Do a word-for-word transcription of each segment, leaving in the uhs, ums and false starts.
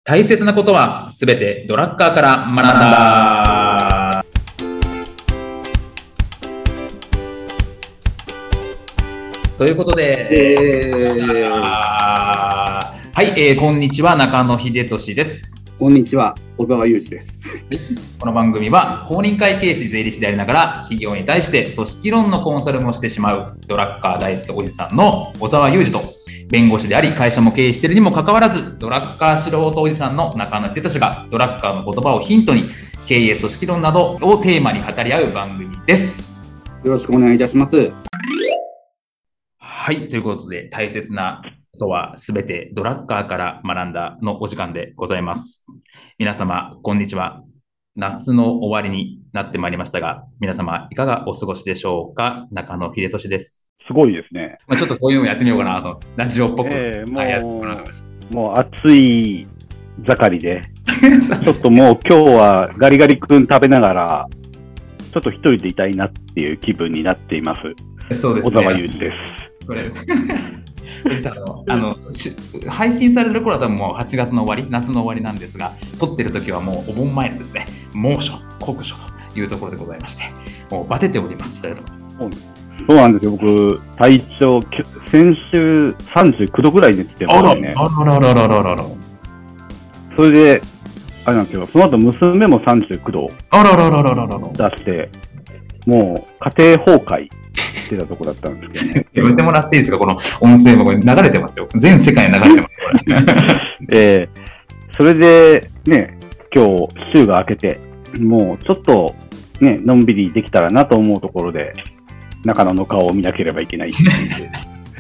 大切なことはすべてドラッカーから学んだ。ということで、えー、はい、えー、こんにちは、中野秀俊です。 こんにちは、小沢裕二です。 この番組は公認会計士税理士でありながら企業に対して組織論のコンサルもしてしまうドラッカー大好きおじさんの小沢裕二と、弁護士であり会社も経営しているにもかかわらずドラッカー素人おじさんの中野秀俊がドラッカーの言葉をヒントに経営組織論などをテーマに語り合う番組です。 よろしくお願いいたします。 はい、ということで大切なことはすべてドラッカーから学んだのお時間でございます。皆様こんにちは。夏の終わりになってまいりましたが、皆様いかがお過ごしでしょうか。中野秀俊です。 すごいですね。 まあ、ちょっとこういうのやってみようかなと、ラジオっぽく、 えー、もう、 やってもらうもう暑い盛りでちょっともう今日はガリガリ君食べながらちょっと一人でいたいなっていう気分になっています。 そうですね、 小沢裕二です。 これ実はあの配信される頃は多分もうはちがつの終わり、夏の終わりなんですが、撮ってる時はもうお盆前のですね、猛暑、酷暑というところでございまして、もうバテております。 そうなんですよ。僕、体調、先週さんじゅうきゅうどぐらい寝ててますね。 あららららららら。 それで、あれなんですよ、その後娘もさんじゅうきゅうどあらららららら出して、もう家庭崩壊してたとこだったんですけどね。 やめてもらっていいですか、この音声もこれ流れてますよ。全世界に流れてます。 えー、それでね、今日週が明けて、もうちょっとね、のんびりできたらなと思うところで、中野の顔を見なければいけないっていう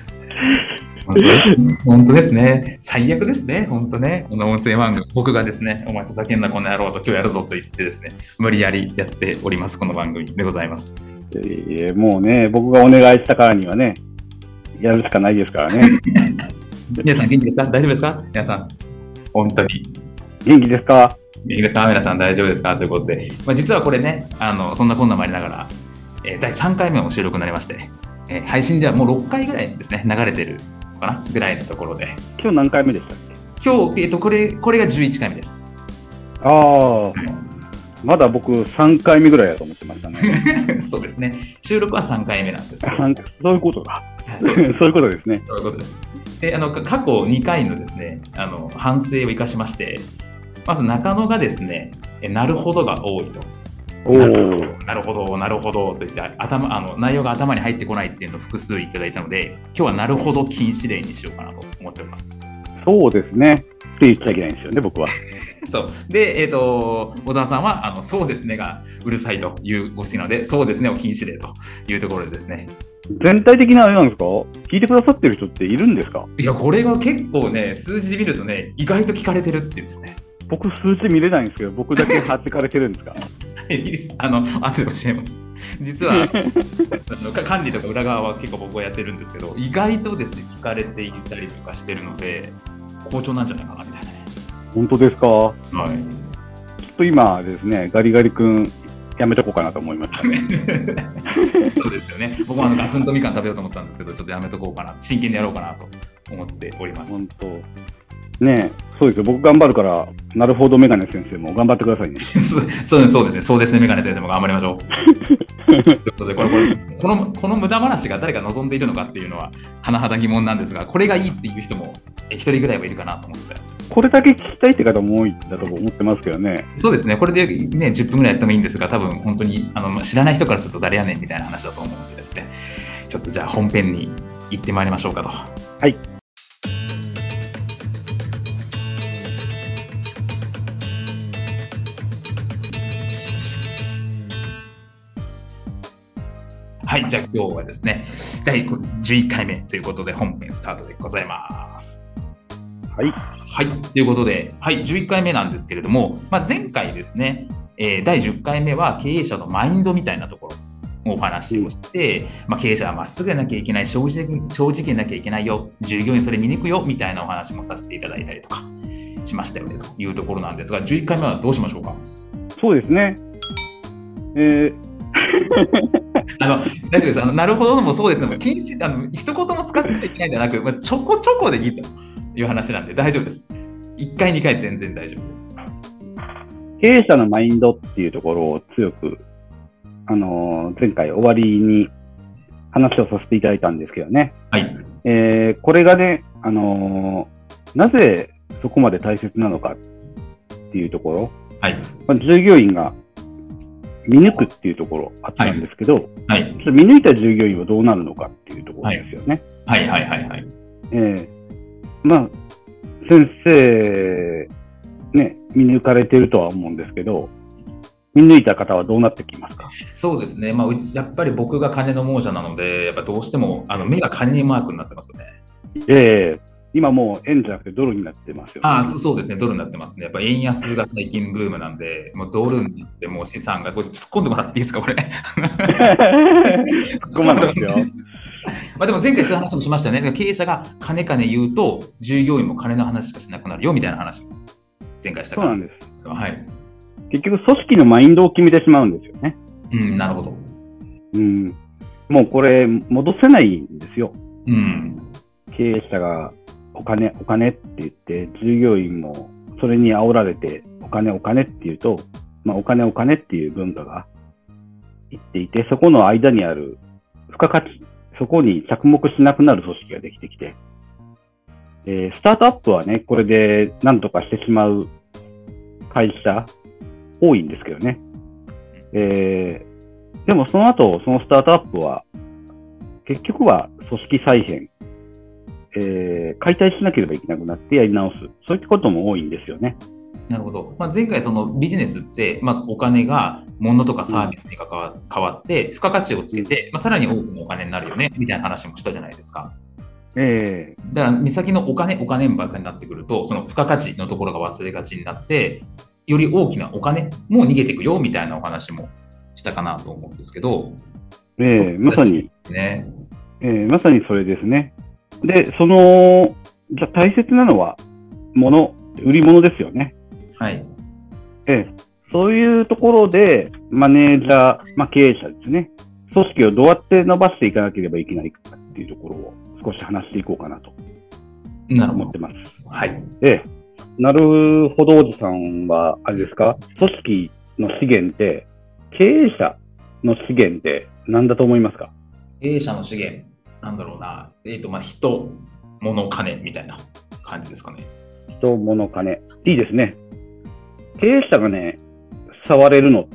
本当ですね。最悪ですね。本当ね。この音声番組、僕がですね、お前ふざけんなこの野郎と今日やるぞと言ってですね、無理やりやっております。この番組でございます。 えー、もうね、僕がお願いしたからにはね、やるしかないですからね。 皆さん元気ですか？大丈夫ですか？皆さん、本当に。 元気ですか？ 元気ですか？皆さん大丈夫ですか？ということで、まあ、実はこれね、あのそんなこんなもありながら、えー、だいさんかいめの収録になりまして、えー、配信ではもうろっかいぐらいですね、流れてるかなぐらいのところで。 今日何回目でしたっけ？今日、えーと、これ、これがじゅういっかいめです。 ああ、はい、まだ僕さんかいめぐらいだと思ってましたね。 そうですね。収録はさんかいめなんですけど。 そういうことだ。そういうことですね。 そういうことです。で、あの過去にかいのですね、あの反省を生かしまして、まず中野がですね、えなるほどが多いと。 おなるほど、なるほどと言って頭あの内容が頭に入ってこないっていうのを複数いただいたので、今日はなるほど禁止令にしようかなと思っております。 そうですね。って言っちゃいけないんですよね、僕は。 そうで、えーと、小沢さんはあのそうですねがうるさいというご指摘なので、そうですねを禁止令というところでですね。 全体的なあれなんですか？聞いてくださってる人っているんですか？ いや、これが結構ね、数字見るとね、意外と聞かれてるっていうんですね。 僕、数字見れないんですけど、僕だけ貼ってかれてるんですか？ あの、後で教えます。実はあの管理とか裏側は結構僕はやってるんですけど、意外とですね、聞かれていたりとかしてるので、好調なんじゃないかなみたいなね。 本当ですか？はい。 ちょっと今ですね、ガリガリ君やめとこうかなと思いましたね。 そうですよね。僕もあのガツンとみかん食べようと思ったんですけど、ちょっとやめとこうかな、真剣にやろうかなと思っております。 本当。ねえ、そうですよ。僕頑張るから、なるほどメガネ先生も頑張ってくださいね。 そうそうですね。そうですね。メガネ先生も頑張りましょう。ということでこれこれこのこの無駄話が誰が望んでいるのかっていうのは甚だ疑問なんですが、これがいいっていう人も一人ぐらいはいるかなと思って。 これだけ聞きたいって方も多いんだと思ってますけどね。 そうですね。これでねじゅっぷんぐらいやってもいいんですが、多分本当にあの知らない人からすると誰やねんみたいな話だと思うのでですね。ちょっとじゃあ本編に行ってまいりましょうかと。 はい。 はい、じゃあ今日はですね、だいじゅういっかいめということで本編スタートでございます。 はい。 はい、ということで、はい、じゅういっかいめなんですけれども、まあ、前回ですね、えー、だいじゅっかいめは経営者のマインドみたいなところをお話をして、うんまあ、経営者はまっすぐなきゃいけない、正直、正直なきゃいけないよ、従業員それ見に行くよみたいなお話もさせていただいたりとかしましたよねというところなんですが、じゅういっかいめはどうしましょうか？ そうですね。えーあの大丈夫です。あのなるほどのもそうですね。禁止あの一言も使ってはいけないんじゃなく、まあ、ちょこちょこでいいという話なんで大丈夫です。 いっかい、にかい全然大丈夫です。 経営者のマインドっていうところを強く、あのー、前回終わりに話をさせていただいたんですけどね。 はい。 えー、これがね、あのー、なぜそこまで大切なのかっていうところ、 はい。 まあ、従業員が見抜くっていうところあったんですけど、 はい。はい、 見抜いた従業員はどうなるのかっていうところですよね。 はい、はい、はい、はい。 えー、まあ、先生、ね、見抜かれてるとは思うんですけど、見抜いた方はどうなってきますか？ そうですね。まあ、うちやっぱり僕が金の亡者なので、やっぱどうしてもあの目が金にマークになってますよね。 ええー、今もう円じゃなくてドルになってますよね。 ああ、そうですね。ドルになってますね。やっぱ円安が最近ブームなんで、もうドルになってもう資産が、これ突っ込んでもらっていいですか、これ。突っ込まないですよ。 まあでも前回そういう話もしましたよね。経営者が金金言うと、従業員も金の話しかしなくなるよみたいな話も前回したから。 そうなんです。 はい。 結局、組織のマインドを決めてしまうんですよね。 うん、なるほど。 うん。もうこれ、戻せないんですよ。 うん。 経営者がお金、お金って言って、従業員もそれに煽られて、お金、お金って言うと、まあ、お金、お金っていう文化が言っていて、そこの間にある付加価値、そこに着目しなくなる組織ができてきて、えー、スタートアップはね、これで何とかしてしまう会社、多いんですけどね。えー、でもその後、そのスタートアップは、結局は組織再編、えー、解体しなければいけなくなってやり直す。そういったことも多いんですよね。 なるほど。まあ、前回、そのビジネスって、まあ、お金が物とかサービスに変わ変わって、付加価値をつけて、まあ、さらに多くのお金になるよね、みたいな話もしたじゃないですか。 えー、 だから、目先のお金、お金ばっかりになってくると、その付加価値のところが忘れがちになって、より大きなお金も逃げていくよ、みたいなお話もしたかなと思うんですけど。 えー、まさに、 ね、 えー、まさにそれですね。で、その、じゃあ大切なのは、物、売り物ですよね。 はい。 ええ、そういうところで、マネージャー、まあ、経営者ですね。組織をどうやって伸ばしていかなければいけないかっていうところを少し話していこうかなと思ってます。 はい。 ええ、なるほどおじさんは、あれですか、組織の資源って、経営者の資源って何だと思いますか？ 経営者の資源、なんだろうな、えっと、まあ、人、物、金みたいな感じですかね。 人、物、金。いいですね。経営者がね、触れるのって、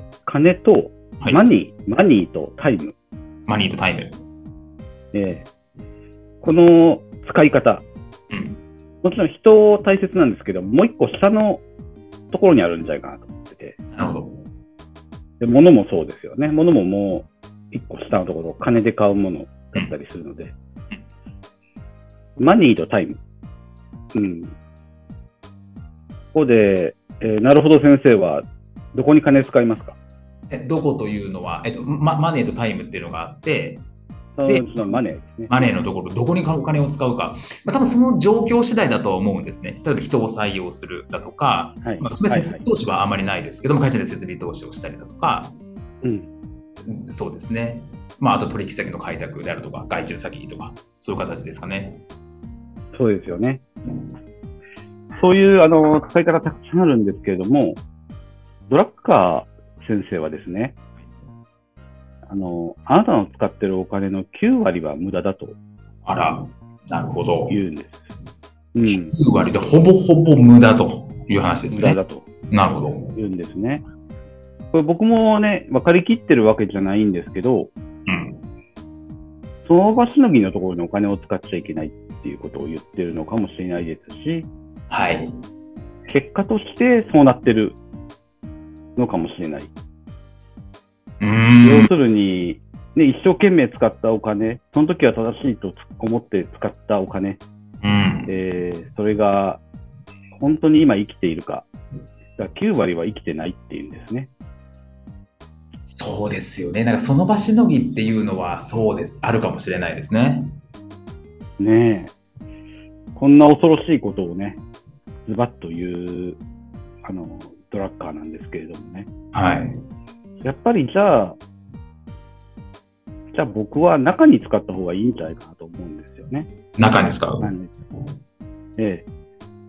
金とマニー、はい、マニーとタイム。 マニーとタイム。 えー、この使い方、うん、もちろん人大切なんですけど、もう一個下のところにあるんじゃないかなと思ってて。 なるほど。 で、物もそうですよね。物ももう一個下のところ、金で買うものだったりするので。うん、マニーとタイム。うん。ここで、えー、なるほど先生はどこに金使いますか？ えどこというのは、えっと、マ, マネーとタイムっていうのがあって、 でそのマネーですね。 マネーのところ、どこにお金を使うか、まあ、多分その状況次第だとは思うんですね。例えば人を採用するだとか、はい、まあ、それ設備投資はあまりないですけども、はいはい、会社で設備投資をしたりだとか、うん、そうですね。まあ、あと取引先の開拓であるとか、外注先とか、そういう形ですかね。 そうですよね。そういうあの使い方たくさんあるんですけれども、ドラッカー先生はですね、あの、あなたの使っているお金のきゅうわりは無駄だと。 あら、なるほど。 言うんです。 うん、きゅうわりでほぼほぼ無駄という話ですね。 無駄だと。 なるほど。 言うんですね。これ僕もね、分かりきってるわけじゃないんですけど、うん、その場しのぎのところにお金を使っちゃいけないっていうことを言ってるのかもしれないですし、 はい。 結果としてそうなってるのかもしれない。 うーん要するに、ね、一生懸命使ったお金、その時は正しいと思って使ったお金、 うんえー、それが本当に今生きているか、だからきゅうわりは生きてないっていうんですね。 そうですよね。なんかその場しのぎっていうのはそうです。あるかもしれないですね。 ねえ。こんな恐ろしいことをね、ズバッと言う、あの、ドラッカーなんですけれどもね。 はい。 やっぱりじゃあ、じゃあ僕は中に使った方がいいんじゃないかなと思うんですよね。 中に使う。 ええ。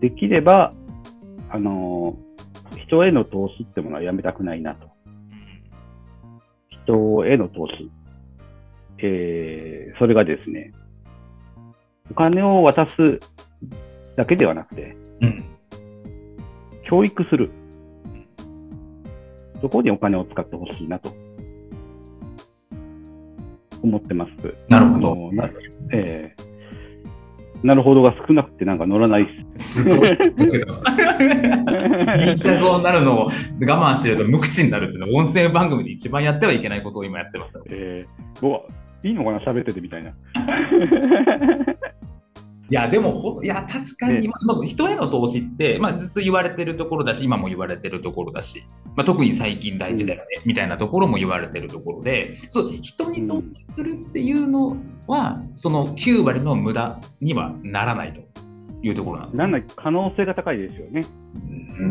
できれば、あのー、人への投資ってものはやめたくないなと。人への投資。えー、それがですね、お金を渡すだけではなくて、うん、教育する。そこにお金を使ってほしいなと思ってます。 なるほど。 な、えー、なるほどが少なくてなんか乗らないです。 すごい。言いたそうになるのを我慢してると無口になるっていうのは音声番組で一番やってはいけないことを今やってます、ね。 えー、うわ、いいのかな喋っててみたいな。 いや、でもほ、いや、確かに、まあ、人への投資って、まあ、ずっと言われてるところだし、今も言われてるところだし、まあ、特に最近大事だよね、うん、みたいなところも言われてるところで、そう人に投資するっていうのは、うん、そのきゅう割の無駄にはならないというところなんです、ね。 ならない可能性が高いですよね。うん。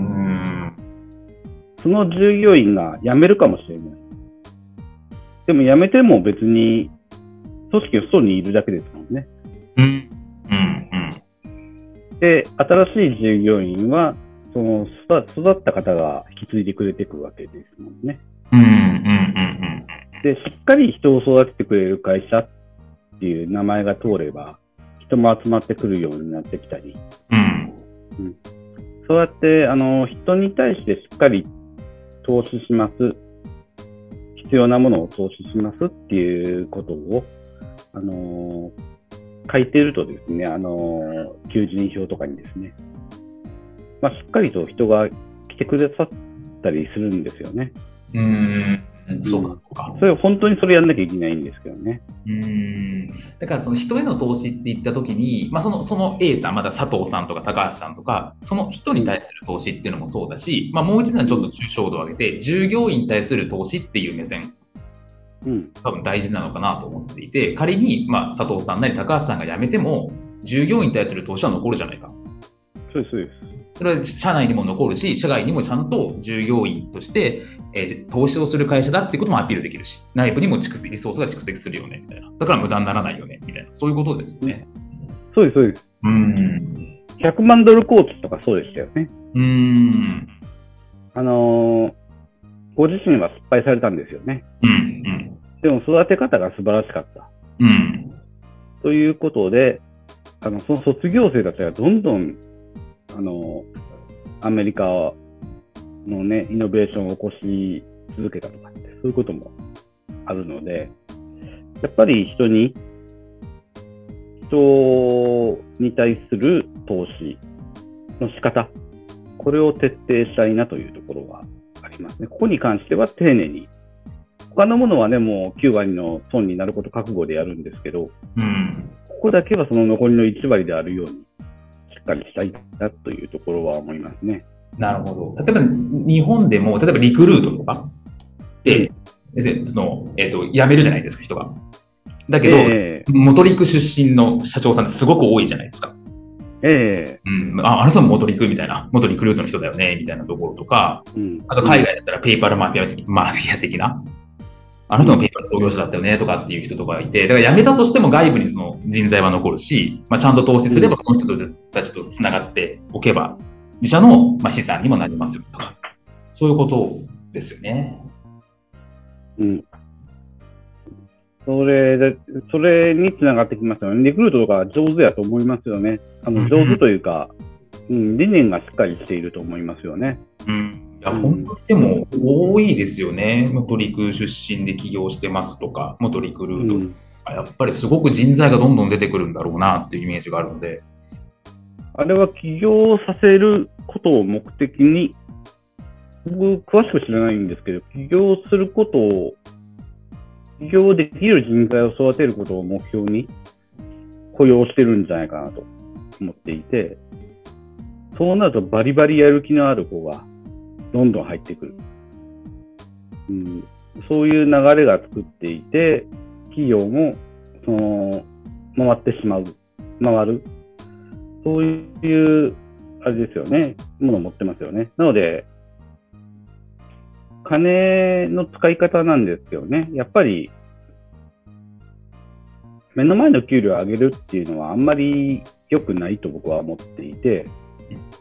その従業員が辞めるかもしれない。でも辞めても別に組織の外にいるだけですもんね。うんうんうん、で、新しい従業員は、その育った方が引き継いでくれていくわけですもんね。うんうんうんうん、で、しっかり人を育ててくれる会社っていう名前が通れば、人も集まってくるようになってきたり、うんうん、そうやってあの人に対してしっかり投資します、必要なものを投資しますっていうことを、あのー書いているとですね、あのー、求人票とかにですね、まあ、しっかりと人が来てくださったりするんですよね。うーん、そうかそうか。それ本当にそれやんなきゃいけないんですけどね。 うーん、だからその人への投資って言ったときに、まあ、そのその A さん、まだ佐藤さんとか高橋さんとか、その人に対する投資っていうのもそうだし、まあ、もう一段ちょっと抽象度を上げて、従業員に対する投資っていう目線。うん、多分大事なのかなと思っていて、仮に、まあ、佐藤さんなり高橋さんが辞めても従業員に対する投資は残るじゃないか。 そうですそうです。 それは社内にも残るし、社外にもちゃんと従業員として、えー、投資をする会社だっていうこともアピールできるし、内部にも蓄積リソースが蓄積するよねみたいな。だから無駄にならないよねみたいな、そういうことですよね。 そうですそうです。うん。ひゃくまんドルコーチとかそうでしたよね。うん。あのー、ご自身は失敗されたんですよね。うんうん。でも育て方が素晴らしかった。うん。ということで、あのその卒業生たちがどんどんあのアメリカのねイノベーションを起こし続けたとかってそういうこともあるので、やっぱり人に人に対する投資の仕方、これを徹底したいなというところがありますね。ここに関しては丁寧に。他のものはね、もうきゅう割の損になること覚悟でやるんですけど、うん、ここだけはその残りのいち割であるように、しっかりしたいなというところは思いますね。 なるほど。例えば日本でも、例えばリクルートとかで、うん、そのえーと、辞めるじゃないですか、人が。だけど、えー、元陸出身の社長さんってすごく多いじゃないですか。えーうん、あ, あなたも元陸みたいな、元リクルートの人だよねみたいなところとか、うん、あと海外だったらペイパルマフィア的、マフィア的な、あなたもペイパル創業者だったよねとかっていう人とかがいて、だから辞めたとしても外部にその人材は残るし、まあ、ちゃんと投資すればその人たちとつながっておけば、自社の資産にもなりますよとか、そういうことですよね。 うん。それで、それにつながってきますよね。リクルートとか上手やと思いますよね。あの上手というか、うん、理念がしっかりしていると思いますよね。 うん、いや本当にでも多いですよね。元陸出身で起業してますとか、元リクルート、うん、やっぱりすごく人材がどんどん出てくるんだろうなっていうイメージがあるので。 あれは起業させることを目的に、僕詳しく知らないんですけど、起業することを起業できる人材を育てることを目標に雇用してるんじゃないかなと思っていて、そうなるとバリバリやる気のある子がどんどん入ってくる。うん、そういう流れが作っていて、企業もその回ってしまう、回る。そういう、あれですよね、ものを持ってますよね。なので、金の使い方なんですけどね、やっぱり目の前の給料を上げるっていうのはあんまり良くないと僕は思っていて、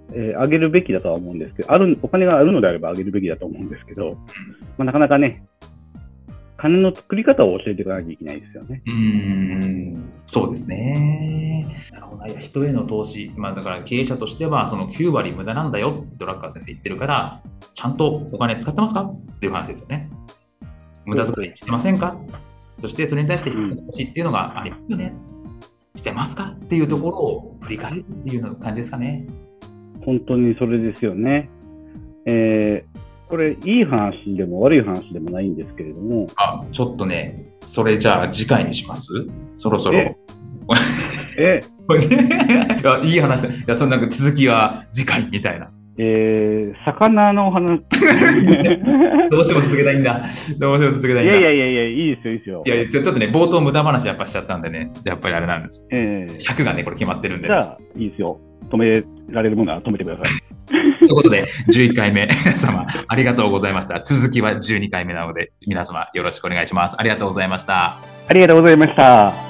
えー、上げるべきだとは思うんですけど、ある、お金があるのであれば上げるべきだと思うんですけど、まあ、なかなかね、金の作り方を教えていかなきゃいけないですよね。 うーん、そうですね。なるほどな。いや、人への投資、まあ、だから経営者としては、そのきゅう割無駄なんだよってドラッカー先生言ってるから、ちゃんとお金使ってますかっていう話ですよね。無駄遣いしてませんか？そしてそれに対して人の投資っていうのがありますよね。してますかっていうところを振り返るっていう感じですかね。 本当にそれですよね。えー、これ、いい話でも悪い話でもないんですけれども。 あ、ちょっとね、それじゃあ次回にします？そろそろ。 ええいや、いい話だ。いや、そのなんか続きは次回みたいな。 えー、魚の話。 どうしても続けたいんだ。どうしても続けたいんだ。 いやいやいやいや、いいですよ、いいですよ。 いや、ちょっとね、冒頭無駄話やっぱしちゃったんでね、やっぱりあれなんです。 えー、 尺がね、これ決まってるんで。 じゃあ、いいですよ。止められるものは止めてください。 ということで、じゅういっかいめ、皆様、ありがとうございました。続きはじゅうにかいめなので、皆様、よろしくお願いします。ありがとうございました。 ありがとうございました。